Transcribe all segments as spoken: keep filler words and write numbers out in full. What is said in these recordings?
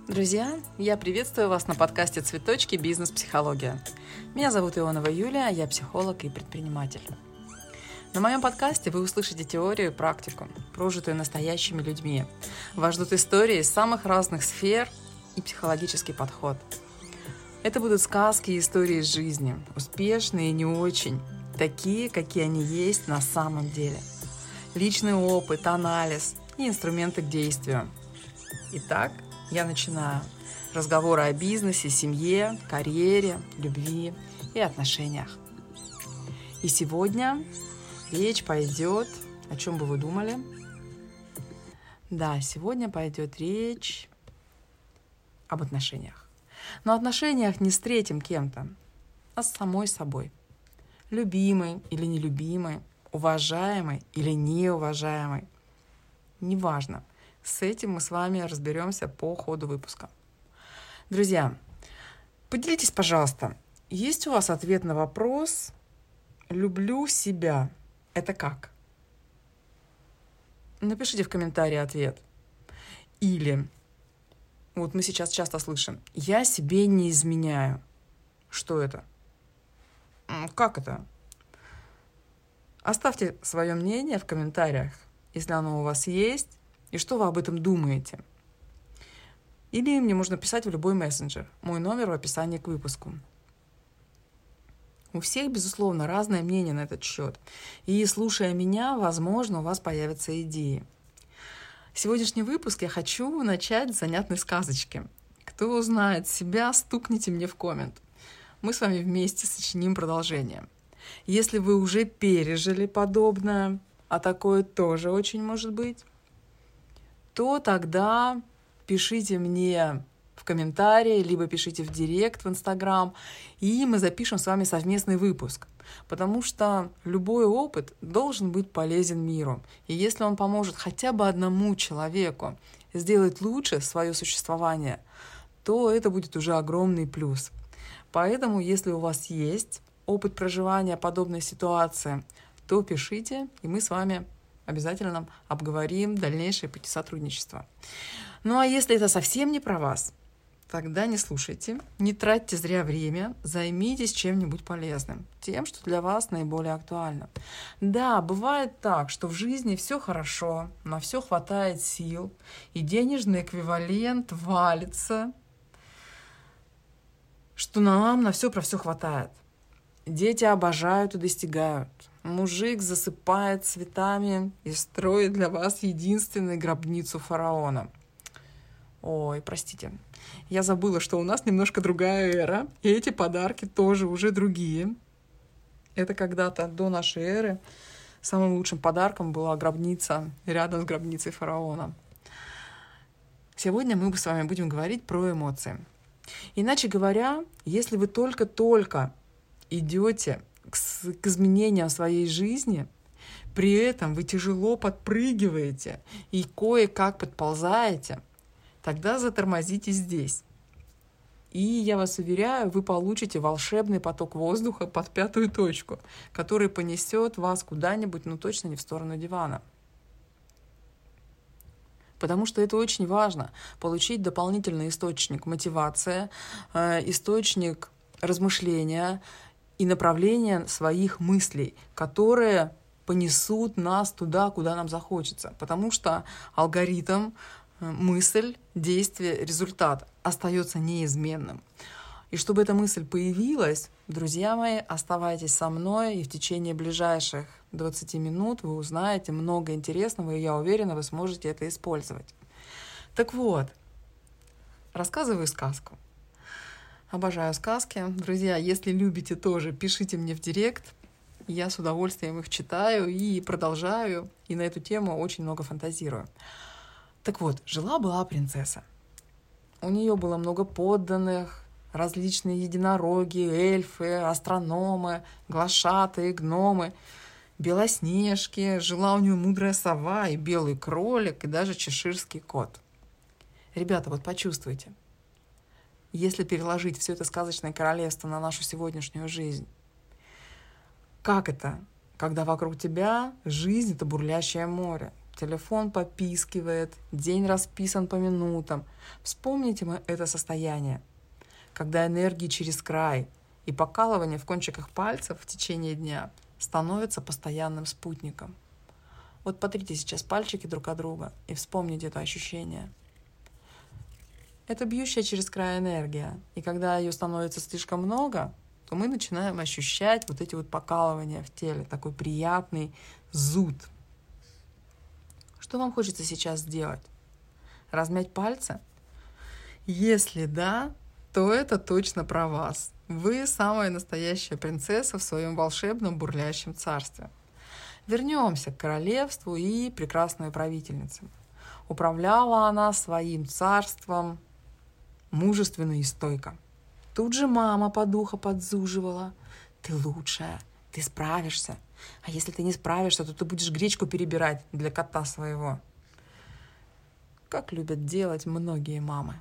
Друзья, я приветствую вас на подкасте «Цветочки. Бизнес-психология». Меня зовут Ионова Юлия, я психолог и предприниматель. На моем подкасте вы услышите теорию и практику, прожитую настоящими людьми. Вас ждут истории из самых разных сфер и психологический подход. Это будут сказки и истории из жизни, успешные и не очень, такие, какие они есть на самом деле. Личный опыт, анализ и инструменты к действию. Итак, я начинаю разговоры о бизнесе, семье, карьере, любви и отношениях. И сегодня речь пойдет... О чем бы вы думали? Да, сегодня пойдет речь об отношениях. Но отношениях не с третьим кем-то, а с самой собой. Любимой или нелюбимой, уважаемой или неуважаемой. Неважно. С этим мы с вами разберемся по ходу выпуска. Друзья, поделитесь, пожалуйста, есть у вас ответ на вопрос «люблю себя» — это как? Напишите в комментарии ответ. Или, вот мы сейчас часто слышим, «я себе не изменяю». Что это? Как это? Оставьте свое мнение в комментариях, если оно у вас есть, и что вы об этом думаете. Или мне можно писать в любой мессенджер. Мой номер в описании к выпуску. У всех, безусловно, разное мнение на этот счет. И слушая меня, возможно, у вас появятся идеи. Сегодняшний выпуск я хочу начать с занятной сказочки. Кто знает себя, стукните мне в коммент. Мы с вами вместе сочиним продолжение. Если вы уже пережили подобное, а такое тоже очень может быть, то тогда пишите мне в комментарии, либо пишите в директ в Инстаграм, и мы запишем с вами совместный выпуск. Потому что любой опыт должен быть полезен миру. И если он поможет хотя бы одному человеку сделать лучше свое существование, то это будет уже огромный плюс. Поэтому, если у вас есть опыт проживания подобной ситуации, то пишите, и мы с вами обязательно обговорим дальнейшие пути сотрудничества. Ну а если это совсем не про вас, тогда не слушайте, не тратьте зря время, займитесь чем-нибудь полезным, тем, что для вас наиболее актуально. Да, бывает так, что в жизни все хорошо, на все хватает сил, и денежный эквивалент валится, что нам на все про все хватает. Дети обожают и достигают. Мужик засыпает цветами и строит для вас единственную гробницу фараона. Ой, простите, я забыла, что у нас немножко другая эра, и эти подарки тоже уже другие. Это когда-то до нашей эры самым лучшим подарком была гробница рядом с гробницей фараона. Сегодня мы с вами будем говорить про эмоции. Иначе говоря, если вы только-только идете к изменениям своей жизни, при этом вы тяжело подпрыгиваете и кое-как подползаете, тогда затормозите здесь. И я вас уверяю, вы получите волшебный поток воздуха под пятую точку, который понесет вас куда-нибудь, но точно не в сторону дивана. Потому что это очень важно, получить дополнительный источник мотивации, источник размышления и направление своих мыслей, которые понесут нас туда, куда нам захочется. Потому что алгоритм, мысль, действие, результат остается неизменным. И чтобы эта мысль появилась, друзья мои, оставайтесь со мной, и в течение ближайших двадцати минут вы узнаете много интересного, и я уверена, вы сможете это использовать. Так вот, рассказываю сказку. Обожаю сказки. Друзья, если любите тоже, пишите мне в директ. Я с удовольствием их читаю и продолжаю, и на эту тему очень много фантазирую. Так вот, жила-была принцесса. У нее было много подданных, различные единороги, эльфы, астрономы, глашатые, гномы, белоснежки. Жила у нее мудрая сова и белый кролик, и даже чеширский кот. Ребята, вот почувствуйте. Если переложить все это сказочное королевство на нашу сегодняшнюю жизнь, как это, когда вокруг тебя жизнь — это бурлящее море, телефон попискивает, день расписан по минутам. Вспомните мы это состояние, когда энергии через край и покалывание в кончиках пальцев в течение дня становится постоянным спутником. Вот потрите сейчас пальчики друг от друга и вспомните это ощущение. Это бьющая через край энергия, и когда ее становится слишком много, то мы начинаем ощущать вот эти вот покалывания в теле, такой приятный зуд. Что вам хочется сейчас сделать? Размять пальцы? Если да, то это точно про вас. Вы самая настоящая принцесса в своем волшебном бурлящем царстве. Вернемся к королевству и прекрасной правительнице. Управляла она своим царством мужественно и стойко. Тут же мама по духу подзуживала. Ты лучшая, ты справишься. А если ты не справишься, то ты будешь гречку перебирать для кота своего. Как любят делать многие мамы.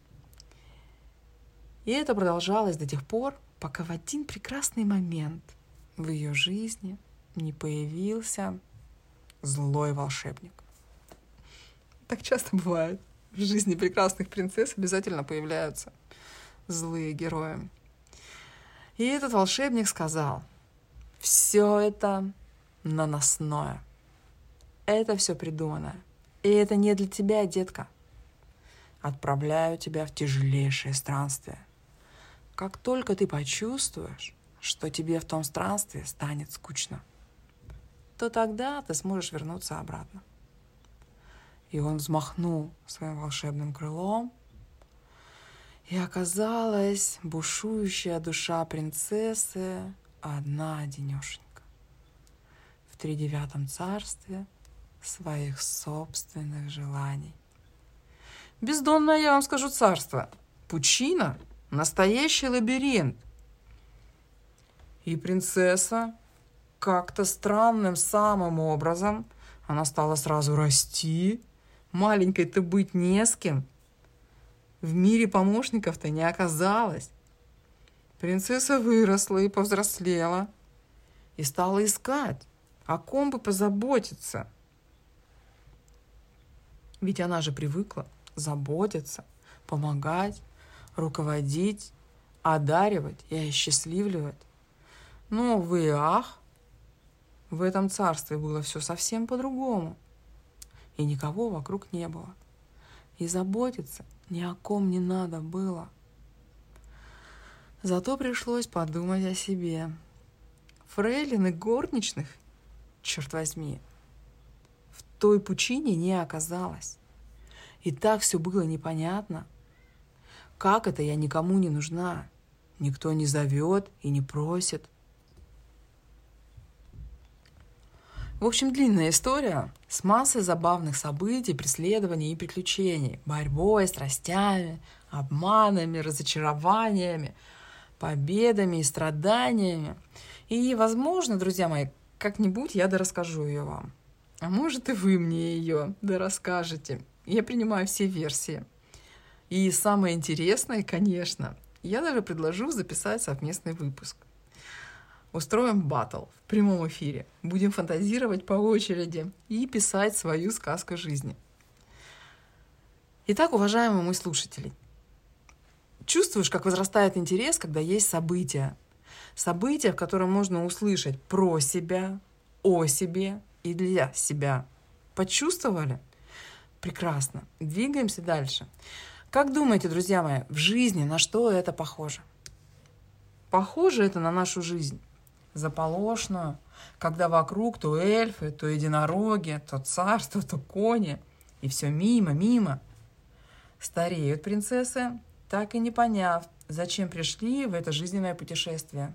И это продолжалось до тех пор, пока в один прекрасный момент в ее жизни не появился злой волшебник. Так часто бывает. В жизни прекрасных принцесс обязательно появляются злые герои. И этот волшебник сказал: все это наносное. Это все придуманное. И это не для тебя, детка. Отправляю тебя в тяжелейшее странствие. Как только ты почувствуешь, что тебе в том странстве станет скучно, то тогда ты сможешь вернуться обратно. И он взмахнул своим волшебным крылом, и оказалась бушующая душа принцессы одна-одинешенька в тридевятом царстве своих собственных желаний. Бездонное, я вам скажу, царство. Пучина — настоящий лабиринт. И принцесса как-то странным самым образом, она стала сразу расти. Маленькой-то быть не с кем. В мире помощников-то не оказалось. Принцесса выросла и повзрослела, и стала искать, о ком бы позаботиться. Ведь она же привыкла заботиться, помогать, руководить, одаривать и осчастливливать. Но, увы и ах, в этом царстве было все совсем по-другому. И никого вокруг не было. И заботиться ни о ком не надо было. Зато пришлось подумать о себе. Фрейлин и горничных, черт возьми, в той пучине не оказалось. И так все было непонятно. Как это я никому не нужна? Никто не зовет и не просит. В общем, длинная история с массой забавных событий, преследований и приключений, борьбой, страстями, обманами, разочарованиями, победами и страданиями. И, возможно, друзья мои, как-нибудь я дорасскажу ее вам. А может, и вы мне ее дорасскажете. Я принимаю все версии. И самое интересное, конечно, я даже предложу записать совместный выпуск. Устроим баттл в прямом эфире. Будем фантазировать по очереди и писать свою сказку жизни. Итак, уважаемые мои слушатели, чувствуешь, как возрастает интерес, когда есть события. События, в котором можно услышать про себя, о себе и для себя. Почувствовали? Прекрасно. Двигаемся дальше. Как думаете, друзья мои, в жизни на что это похоже? Похоже это на нашу жизнь. Заполошную, когда вокруг то эльфы, то единороги, то царство, то кони, и все мимо, мимо. Стареют принцессы, так и не поняв, зачем пришли в это жизненное путешествие.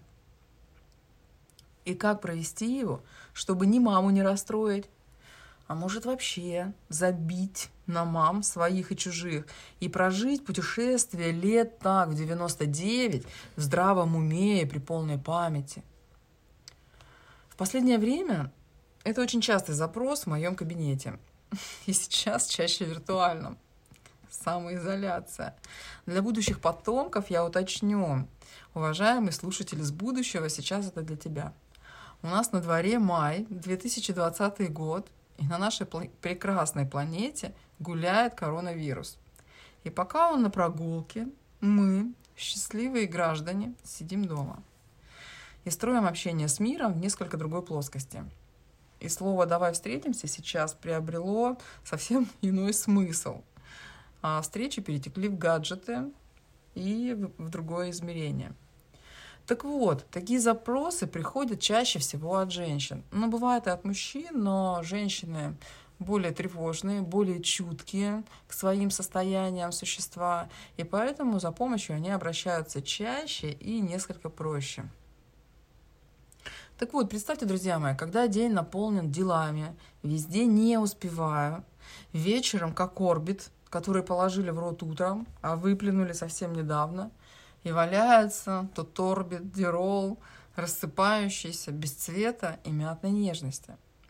И как провести его, чтобы ни маму не расстроить, а может вообще забить на мам своих и чужих и прожить путешествие лет так в девяносто девять в здравом уме и при полной памяти. В последнее время это очень частый запрос в моем кабинете. И сейчас чаще виртуальном. Самоизоляция. Для будущих потомков я уточню. Уважаемый слушатель из будущего, сейчас это для тебя. У нас на дворе май, две тысячи двадцатый год, и на нашей пл- прекрасной планете гуляет коронавирус. И пока он на прогулке, мы, счастливые граждане, сидим дома и строим общение с миром в несколько другой плоскости. И слово «давай встретимся» сейчас приобрело совсем иной смысл. А встречи перетекли в гаджеты и в другое измерение. Так вот, такие запросы приходят чаще всего от женщин. Ну, бывает и от мужчин, но женщины более тревожные, более чуткие к своим состояниям существа, и поэтому за помощью они обращаются чаще и несколько проще. Так вот, представьте, друзья мои, когда день наполнен делами, везде не успеваю, вечером как орбит, который положили в рот утром, а выплюнули совсем недавно, и валяется тот орбит, дирол, рассыпающийся, без цвета и мятной нежности.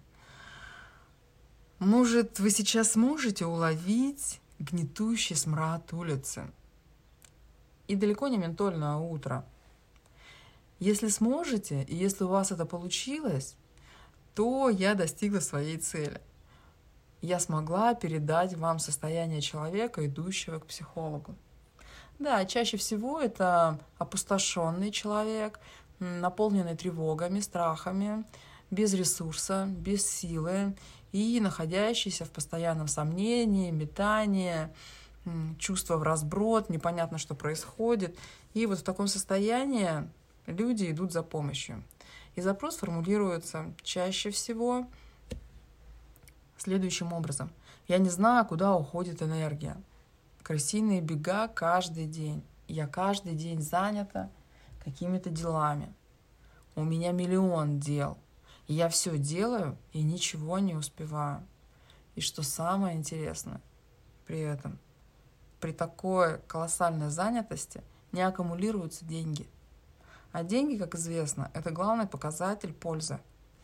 Может, вы сейчас сможете уловить гнетущий смрад улицы? И далеко не ментольное утро. Если сможете, и если у вас это получилось, то я достигла своей цели. Я смогла передать вам состояние человека, идущего к психологу. Да, чаще всего это опустошенный человек, наполненный тревогами, страхами, без ресурса, без силы и находящийся в постоянном сомнении, метании, чувство в разброд, непонятно, что происходит. И вот в таком состоянии люди идут за помощью. И запрос формулируется чаще всего следующим образом. Я не знаю, куда уходит энергия. Крысиные бега каждый день. Я каждый день занята какими-то делами. У меня миллион дел. И я все делаю и ничего не успеваю. И что самое интересное, при этом, при такой колоссальной занятости не аккумулируются деньги. А деньги, как известно, это главный показатель пользы.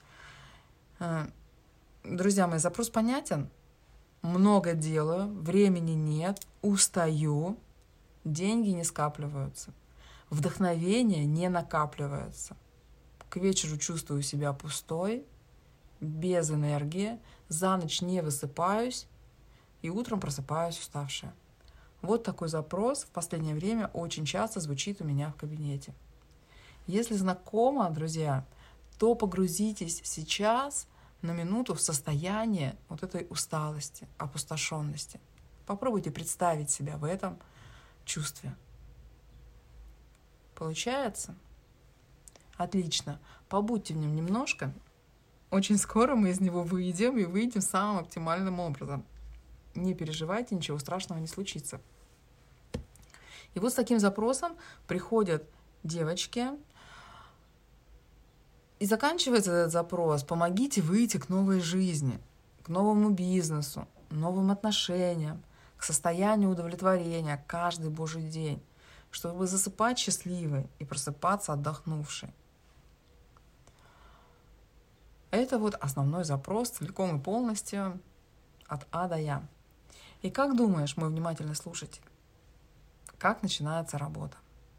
Друзья мои, запрос понятен. Много делаю, времени нет, устаю, деньги не скапливаются, вдохновение не накапливается. К вечеру чувствую себя пустой, без энергии, за ночь не высыпаюсь и утром просыпаюсь уставшая. Вот такой запрос в последнее время очень часто звучит у меня в кабинете. Если знакомо, друзья, то погрузитесь сейчас на минуту в состояние вот этой усталости, опустошенности. Попробуйте представить себя в этом чувстве. Получается? Отлично. Побудьте в нем немножко. Очень скоро мы из него выйдем и выйдем самым оптимальным образом. Не переживайте, ничего страшного не случится. И вот с таким запросом приходят девочки, и заканчивается этот запрос: помогите выйти к новой жизни, к новому бизнесу, новым отношениям, к состоянию удовлетворения каждый божий день, чтобы засыпать счастливой и просыпаться отдохнувшей. Это вот основной запрос целиком и полностью от А до Я. И как думаешь, мой внимательный слушатель, как начинается работа?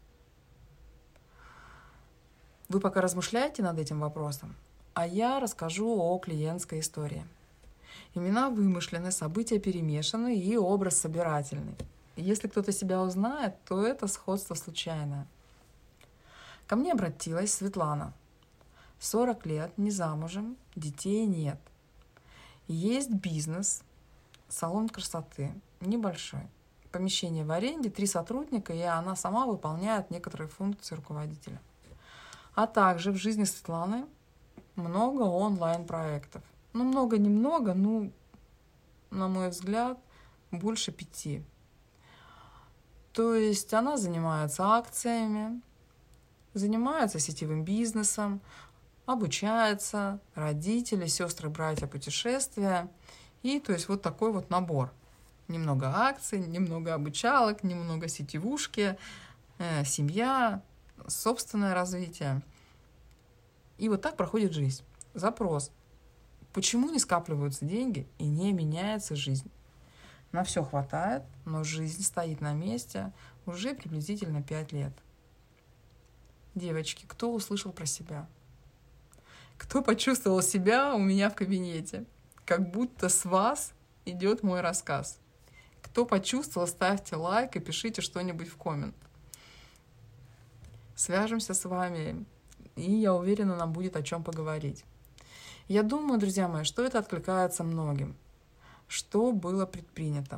Вы пока размышляете над этим вопросом, а я расскажу о клиентской истории. Имена вымышлены, события перемешаны и образ собирательный. Если кто-то себя узнает, то это сходство случайное. Ко мне обратилась Светлана. сорок лет, не замужем, детей нет. Есть бизнес, салон красоты, небольшой. Помещение в аренде, три сотрудника, и она сама выполняет некоторые функции руководителя. А также в жизни Светланы много онлайн-проектов. Ну, много-немного, ну, на мой взгляд, больше пяти. То есть она занимается акциями, занимается сетевым бизнесом, обучается, родители, сестры, братья, путешествия. И то есть вот такой вот набор. Немного акций, немного обучалок, немного сетевушки, э, семья, собственное развитие. И вот так проходит жизнь. Запрос. Почему не скапливаются деньги и не меняется жизнь? На все хватает, но жизнь стоит на месте уже приблизительно пять лет. Девочки, кто услышал про себя? Кто почувствовал себя у меня в кабинете? как будто с вас идет мой рассказ. Кто почувствовал, ставьте лайк и пишите что-нибудь в коммент. Свяжемся с вами, и я уверена, нам будет о чем поговорить. Я думаю, друзья мои, что это откликается многим. Что было предпринято?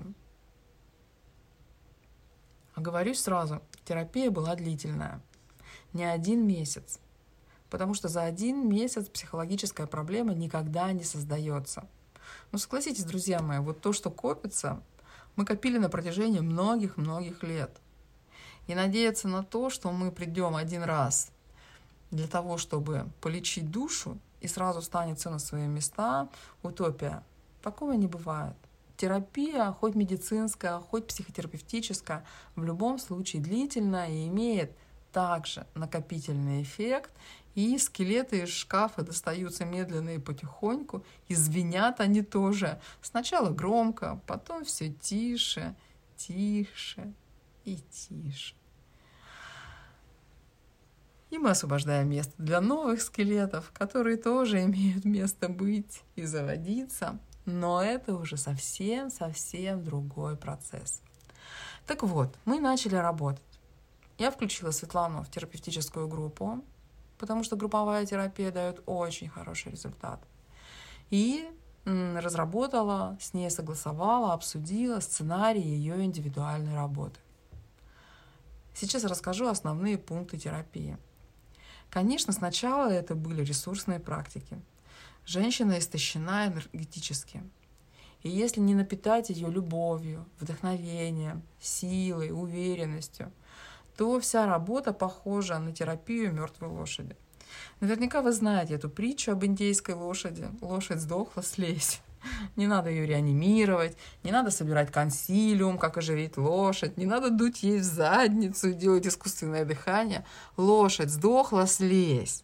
Оговорюсь сразу, терапия была длительная. Не один месяц. Потому что за один месяц психологическая проблема никогда не создается. Ну, согласитесь, друзья мои, вот то, что копится, мы копили на протяжении многих-многих лет. И надеяться на то, что мы придем один раз для того, чтобы полечить душу, и сразу станет все на свои места, утопия. Такого не бывает. Терапия, хоть медицинская, хоть психотерапевтическая, в любом случае длительная и имеет также накопительный эффект, и скелеты из шкафа достаются медленно и потихоньку, и звенят они тоже. Сначала громко, потом все тише, тише и тише. И мы освобождаем место для новых скелетов, которые тоже имеют место быть и заводиться, но это уже совсем-совсем другой процесс. Так вот, мы начали работать. Я включила Светлану в терапевтическую группу, потому что групповая терапия дает очень хороший результат. И разработала, с ней согласовала, обсудила сценарий ее индивидуальной работы. Сейчас расскажу основные пункты терапии. Конечно, сначала это были ресурсные практики. Женщина истощена энергетически. И если не напитать ее любовью, вдохновением, силой, уверенностью, то вся работа похожа на терапию мертвой лошади. Наверняка вы знаете эту притчу об индейской лошади. Лошадь сдохла, слезь. Не надо ее реанимировать, не надо собирать консилиум, как оживить лошадь, не надо дуть ей в задницу и делать искусственное дыхание. Лошадь сдохла, слезь.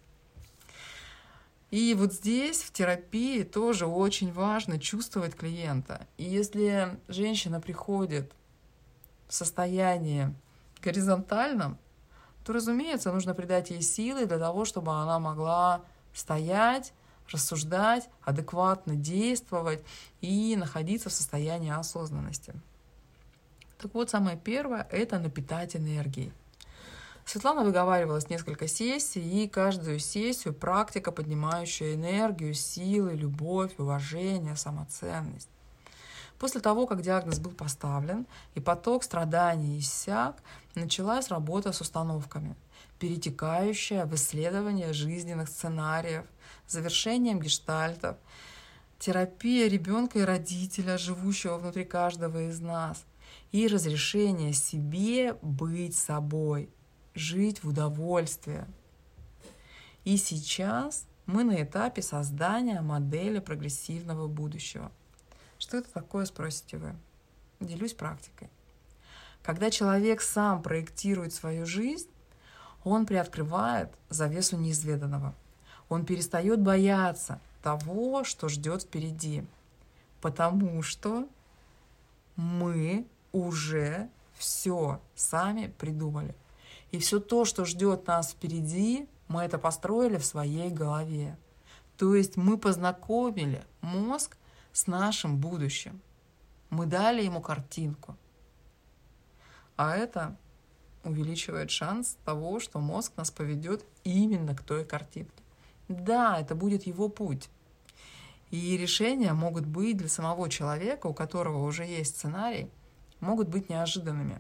И вот здесь в терапии тоже очень важно чувствовать клиента. И если женщина приходит в состоянии горизонтальном, то, разумеется, нужно придать ей силы для того, чтобы она могла стоять, рассуждать, адекватно действовать и находиться в состоянии осознанности. Так вот, самое первое – это напитать энергией. Светлана выговаривалась несколько сессий, и каждую сессию практика, поднимающая энергию, силы, любовь, уважение, самоценность. После того, как диагноз был поставлен и поток страданий иссяк, началась работа с установками, перетекающая в исследование жизненных сценариев, завершением гештальтов, терапия ребенка и родителя, живущего внутри каждого из нас, и разрешение себе быть собой, жить в удовольствии. И сейчас мы на этапе создания модели прогрессивного будущего. Что это такое, спросите вы? Делюсь практикой. Когда человек сам проектирует свою жизнь, он приоткрывает завесу неизведанного. Он перестает бояться того, что ждет впереди, потому что мы уже все сами придумали. И все то, что ждет нас впереди, мы это построили в своей голове. То есть мы познакомили мозг с нашим будущим. Мы дали ему картинку. А это увеличивает шанс того, что мозг нас поведет именно к той картинке. Да, это будет его путь. И решения могут быть для самого человека, у которого уже есть сценарий, могут быть неожиданными.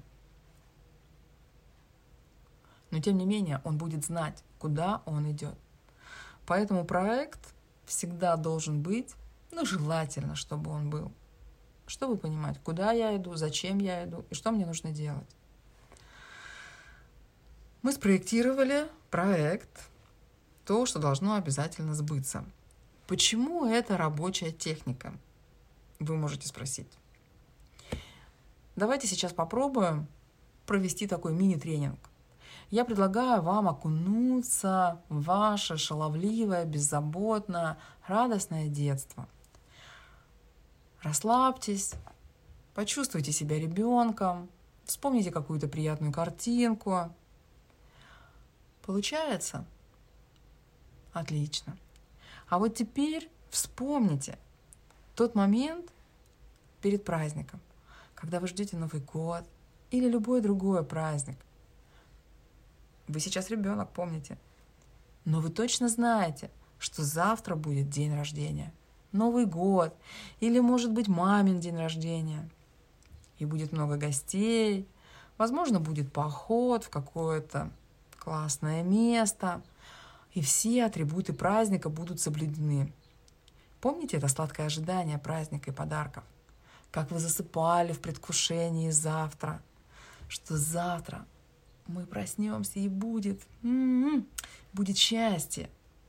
Но тем не менее он будет знать, куда он идет. Поэтому проект всегда должен быть, ну, желательно, чтобы он был, чтобы понимать, куда я иду, зачем я иду и что мне нужно делать. Мы спроектировали проект, то, что должно обязательно сбыться. Почему это рабочая техника? Вы можете спросить. Давайте сейчас попробуем провести такой мини-тренинг. Я предлагаю вам окунуться в ваше шаловливое, беззаботное, радостное детство. Расслабьтесь, почувствуйте себя ребенком, вспомните какую-то приятную картинку. Получается? Отлично. А вот теперь вспомните, Тот момент перед праздником, когда вы ждете Новый год или любой другой праздник. Вы сейчас ребенок, помните. Но вы точно знаете, что завтра будет день рождения, Новый год или, может быть, мамин день рождения. И будет много гостей, возможно, будет поход в какое-то классное место, и все атрибуты праздника будут соблюдены. Помните это сладкое ожидание праздника и подарков? Как вы засыпали в предвкушении завтра, что завтра мы проснемся и будет, м-м-м, будет счастье.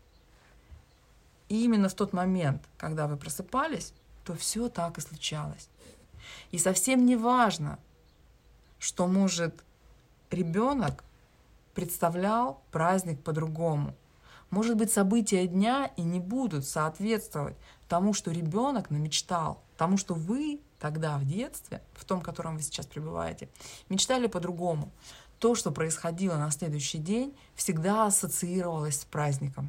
И именно в тот момент, когда вы просыпались, то все так и случалось. И совсем не важно, что, может, ребенок представлял праздник по-другому. Может быть, события дня и не будут соответствовать тому, что ребенок намечтал, тому, что вы тогда в детстве, в том, в котором вы сейчас пребываете, мечтали по-другому. То, что происходило на следующий день, всегда ассоциировалось с праздником.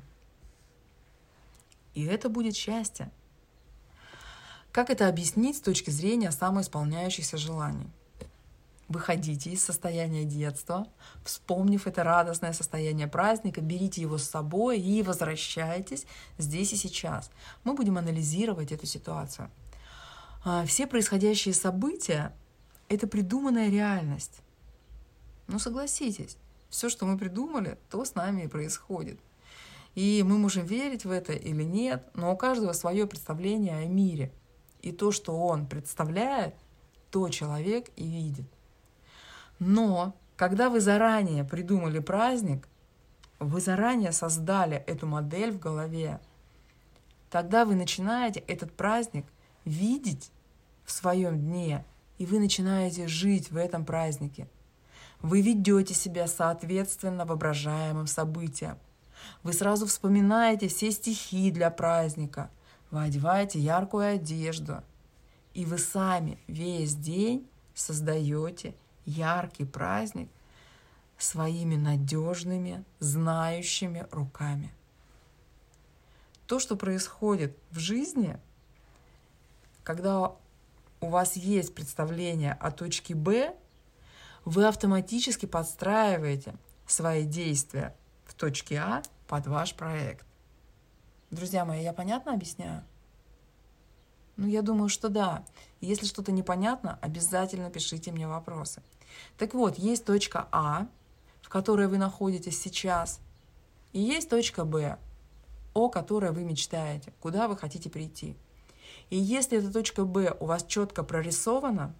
И это будет счастье. Как это объяснить с точки зрения самоисполняющихся желаний? Выходите из состояния детства, вспомнив это радостное состояние праздника, берите его с собой и возвращайтесь здесь и сейчас. Мы будем анализировать эту ситуацию. Все происходящие события — это придуманная реальность. Ну, согласитесь, все, что мы придумали, то с нами и происходит. И мы можем верить в это или нет, но у каждого свое представление о мире. И то, что он представляет, то человек и видит. Но когда вы заранее придумали праздник, вы заранее создали эту модель в голове, тогда вы начинаете этот праздник видеть в своем дне, и вы начинаете жить в этом празднике. Вы ведете себя соответственно воображаемым событиям. Вы сразу вспоминаете все стихи для праздника. Вы одеваете яркую одежду. И вы сами весь день создаете яркий праздник своими надежными, знающими руками. То, что происходит в жизни, когда у вас есть представление о точке Б, вы автоматически подстраиваете свои действия в точке А под ваш проект. Друзья мои, я понятно объясняю? Ну, я думаю, что да. Если что-то непонятно, обязательно пишите мне вопросы. Так вот, есть точка А, в которой вы находитесь сейчас, и есть точка Б, о которой вы мечтаете, куда вы хотите прийти. И если эта точка Б у вас четко прорисована,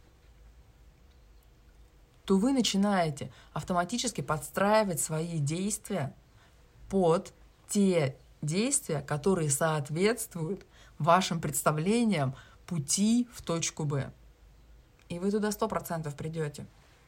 то вы начинаете автоматически подстраивать свои действия под те действия, которые соответствуют вашим представлениям пути в точку Б. И вы туда сто процентов придете.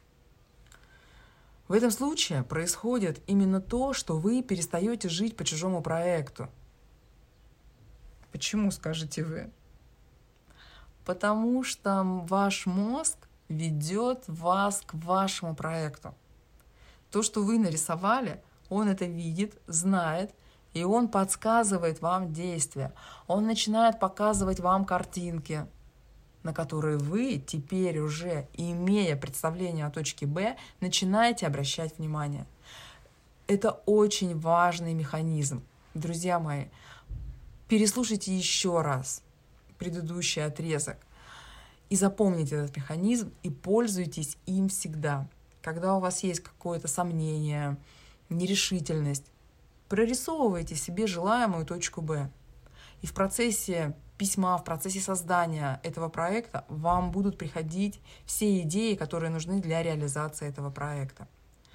В этом случае происходит именно то, что вы перестаете жить по чужому проекту. Почему, скажете вы? Потому что ваш мозг ведет вас к вашему проекту. То, что вы нарисовали, он это видит, знает, и он подсказывает вам действия. Он начинает показывать вам картинки, на которые вы теперь уже, имея представление о точке Б, начинаете обращать внимание. Это очень важный механизм. Друзья мои, переслушайте еще раз предыдущий отрезок и запомните этот механизм и пользуйтесь им всегда. Когда у вас есть какое-то сомнение, нерешительность, прорисовывайте себе желаемую точку Б. И в процессе письма, в процессе создания этого проекта вам будут приходить все идеи, которые нужны для реализации этого проекта.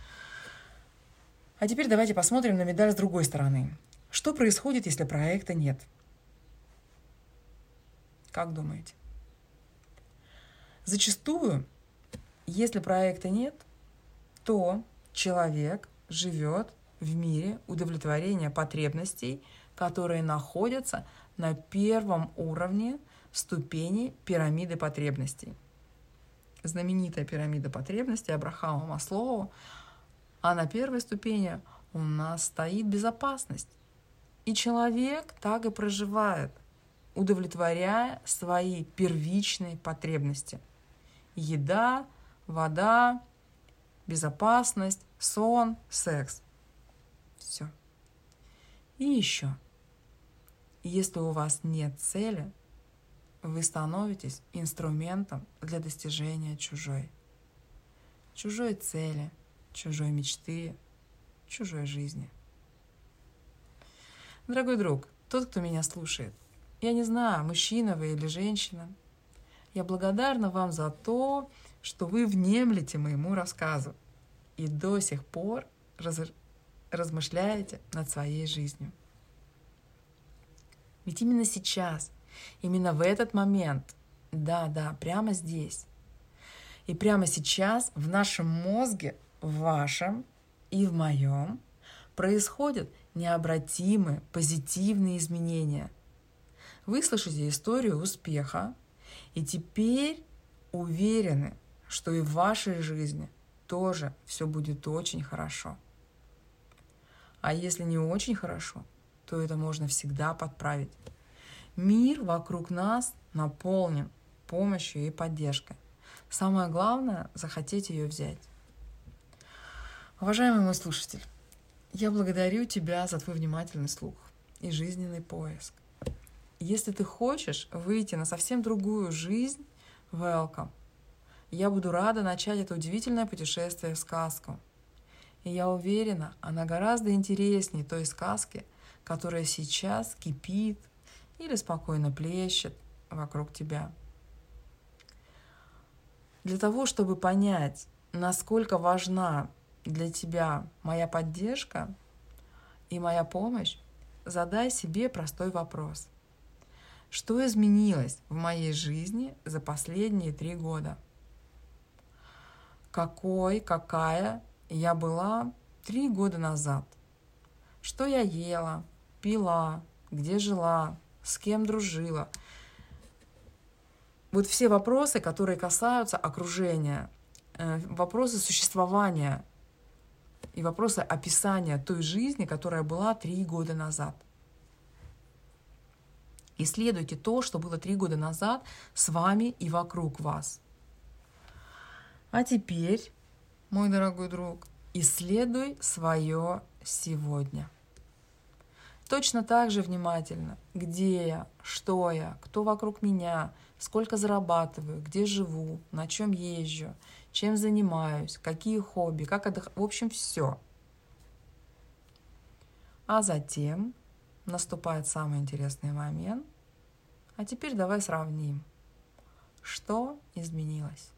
А теперь давайте посмотрим на медаль с другой стороны. Что происходит, если проекта нет? Как думаете? Зачастую, если проекта нет, то человек живет в мире удовлетворения потребностей, которые находятся на первом уровне ступени пирамиды потребностей. Знаменитая пирамида потребностей Абрахама Маслоу, а на первой ступени у нас стоит безопасность. И человек так и проживает, удовлетворяя свои первичные потребности. Еда, вода, безопасность, сон, секс. Все. И еще. Если у вас нет цели, вы становитесь инструментом для достижения чужой. Чужой цели, чужой мечты, чужой жизни. Дорогой друг, тот, кто меня слушает, я не знаю, мужчина вы или женщина, я благодарна вам за то, что вы внемлете моему рассказу и до сих пор раз... размышляете над своей жизнью. Ведь именно сейчас, именно в этот момент, да-да, прямо здесь, и прямо сейчас в нашем мозге, в вашем и в моем, происходят необратимые позитивные изменения. Вы слышите историю успеха, и теперь уверены, что и в вашей жизни тоже все будет очень хорошо. А если не очень хорошо, то это можно всегда подправить. Мир вокруг нас наполнен помощью и поддержкой. Самое главное — захотеть ее взять. Уважаемый мой слушатель, я благодарю тебя за твой внимательный слух и жизненный поиск. Если ты хочешь выйти на совсем другую жизнь, welcome. Я буду рада начать это удивительное путешествие в сказку. И я уверена, она гораздо интереснее той сказки, которая сейчас кипит или спокойно плещет вокруг тебя. Для того, чтобы понять, насколько важна для тебя моя поддержка и моя помощь, задай себе простой вопрос. Что изменилось в моей жизни за последние три года? Какой, какая я была три года назад? Что я ела, пила, где жила, с кем дружила? Вот все вопросы, которые касаются окружения, вопросы существования и вопросы описания той жизни, которая была три года назад. Исследуйте то, что было три года назад с вами и вокруг вас. А теперь, мой дорогой друг, исследуй свое сегодня. Точно так же внимательно, где я, что я, кто вокруг меня, сколько зарабатываю, где живу, на чем езжу, чем занимаюсь, какие хобби, как отдыхаю, в общем, все. А затем наступает самый интересный момент. А теперь давай сравним, что изменилось.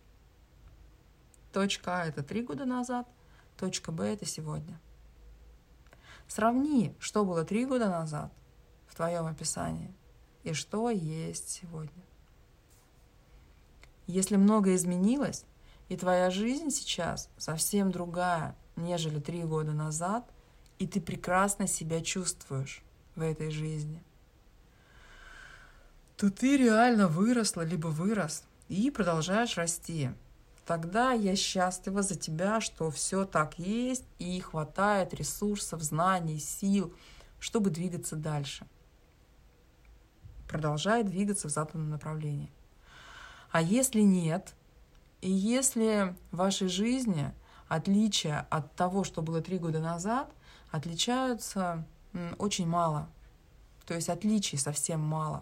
Точка А — это три года назад, точка Б — это сегодня. Сравни, что было три года назад в твоем описании и что есть сегодня. Если многое изменилось, и твоя жизнь сейчас совсем другая, нежели три года назад, и ты прекрасно себя чувствуешь в этой жизни, то ты реально выросла, либо вырос, и продолжаешь расти. Тогда я счастлива за тебя, что все так есть, и хватает ресурсов, знаний, сил, чтобы двигаться дальше. Продолжай двигаться в заданном направлении. А если нет, и если в вашей жизни отличия от того, что было три года назад, отличаются очень мало, то есть отличий совсем мало,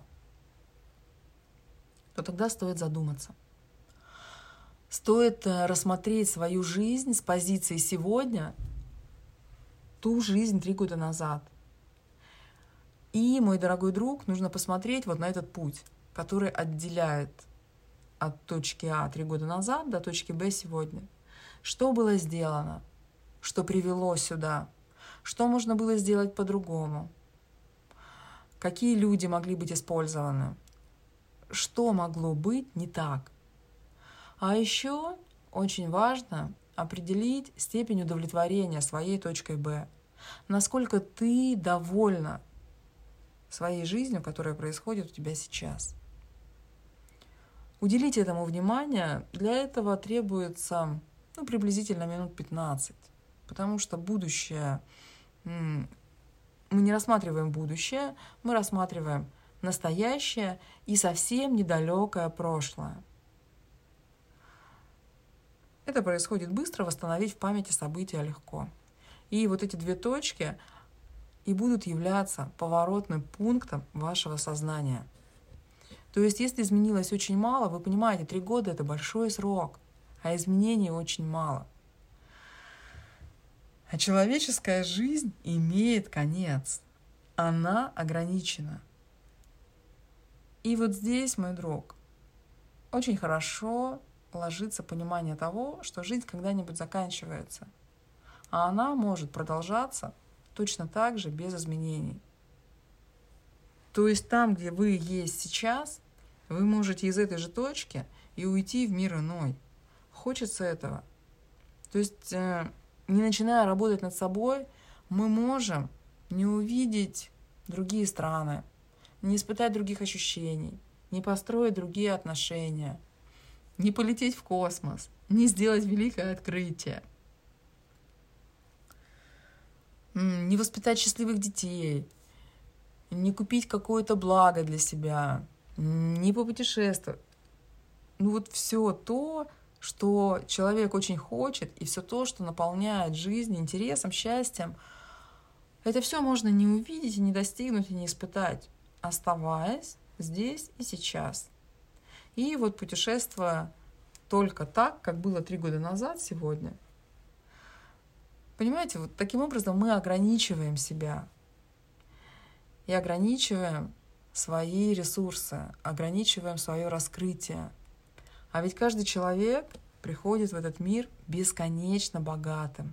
то тогда стоит задуматься. Стоит рассмотреть свою жизнь с позиции сегодня, ту жизнь три года назад. И, мой дорогой друг, нужно посмотреть вот на этот путь, который отделяет от точки А три года назад до точки Б сегодня. Что было сделано? Что привело сюда? Что можно было сделать по-другому? Какие люди могли быть использованы? Что могло быть не так? А еще очень важно определить степень удовлетворения своей точкой Б. Насколько ты довольна своей жизнью, которая происходит у тебя сейчас. Уделите этому внимание. Для этого требуется ну, приблизительно минут пятнадцать. Потому что будущее... Мы не рассматриваем будущее, мы рассматриваем настоящее и совсем недалекое прошлое. Это происходит быстро, восстановить в памяти события легко. И вот эти две точки и будут являться поворотным пунктом вашего сознания. То есть, если изменилось очень мало, вы понимаете, три года — это большой срок, а изменений очень мало. А человеческая жизнь имеет конец. Она ограничена. И вот здесь, мой друг, очень хорошо ложится понимание того, что жизнь когда-нибудь заканчивается, а она может продолжаться точно так же без изменений. То есть там, где вы есть сейчас, вы можете из этой же точки и уйти в мир иной. Хочется этого. То есть, э, не начиная работать над собой, мы можем не увидеть другие страны, не испытать других ощущений, не построить другие отношения, не полететь в космос, не сделать великое открытие, не воспитать счастливых детей, не купить какое-то благо для себя, не попутешествовать. Ну вот все то, что человек очень хочет, и все то, что наполняет жизнь интересом, счастьем, это все можно не увидеть, и не достигнуть, и не испытать, оставаясь здесь и сейчас. И вот путешествуя только так, как было три года назад, сегодня, понимаете, вот таким образом мы ограничиваем себя и ограничиваем свои ресурсы, ограничиваем свое раскрытие. А ведь каждый человек приходит в этот мир бесконечно богатым.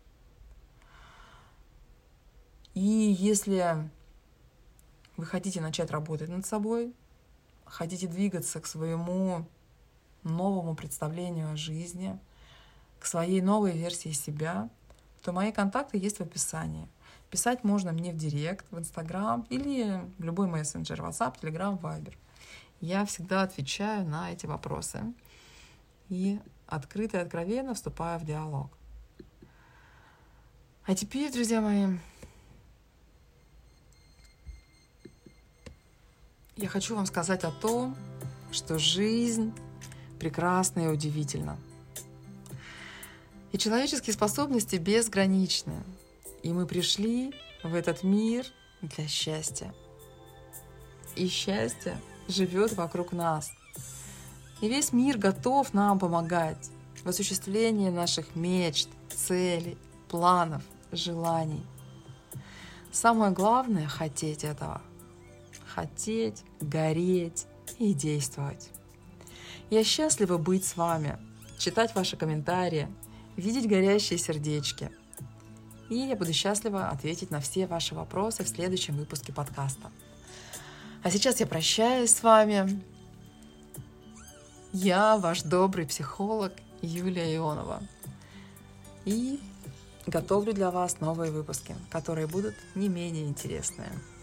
И если вы хотите начать работать над собой, хотите двигаться к своему новому представлению о жизни, к своей новой версии себя, то мои контакты есть в описании. Писать можно мне в директ, в Инстаграм или в любой мессенджер, WhatsApp, Telegram, Viber. Я всегда отвечаю на эти вопросы и открыто и откровенно вступаю в диалог. А теперь, друзья мои, я хочу вам сказать о том, что жизнь прекрасна и удивительна. И человеческие способности безграничны. И мы пришли в этот мир для счастья. И счастье живет вокруг нас. И весь мир готов нам помогать в осуществлении наших мечт, целей, планов, желаний. Самое главное — хотеть этого. Хотеть, гореть и действовать. Я счастлива быть с вами, читать ваши комментарии, видеть горящие сердечки. И я буду счастлива ответить на все ваши вопросы в следующем выпуске подкаста. А сейчас я прощаюсь с вами. Я ваш добрый психолог Юлия Ионова. И готовлю для вас новые выпуски, которые будут не менее интересные.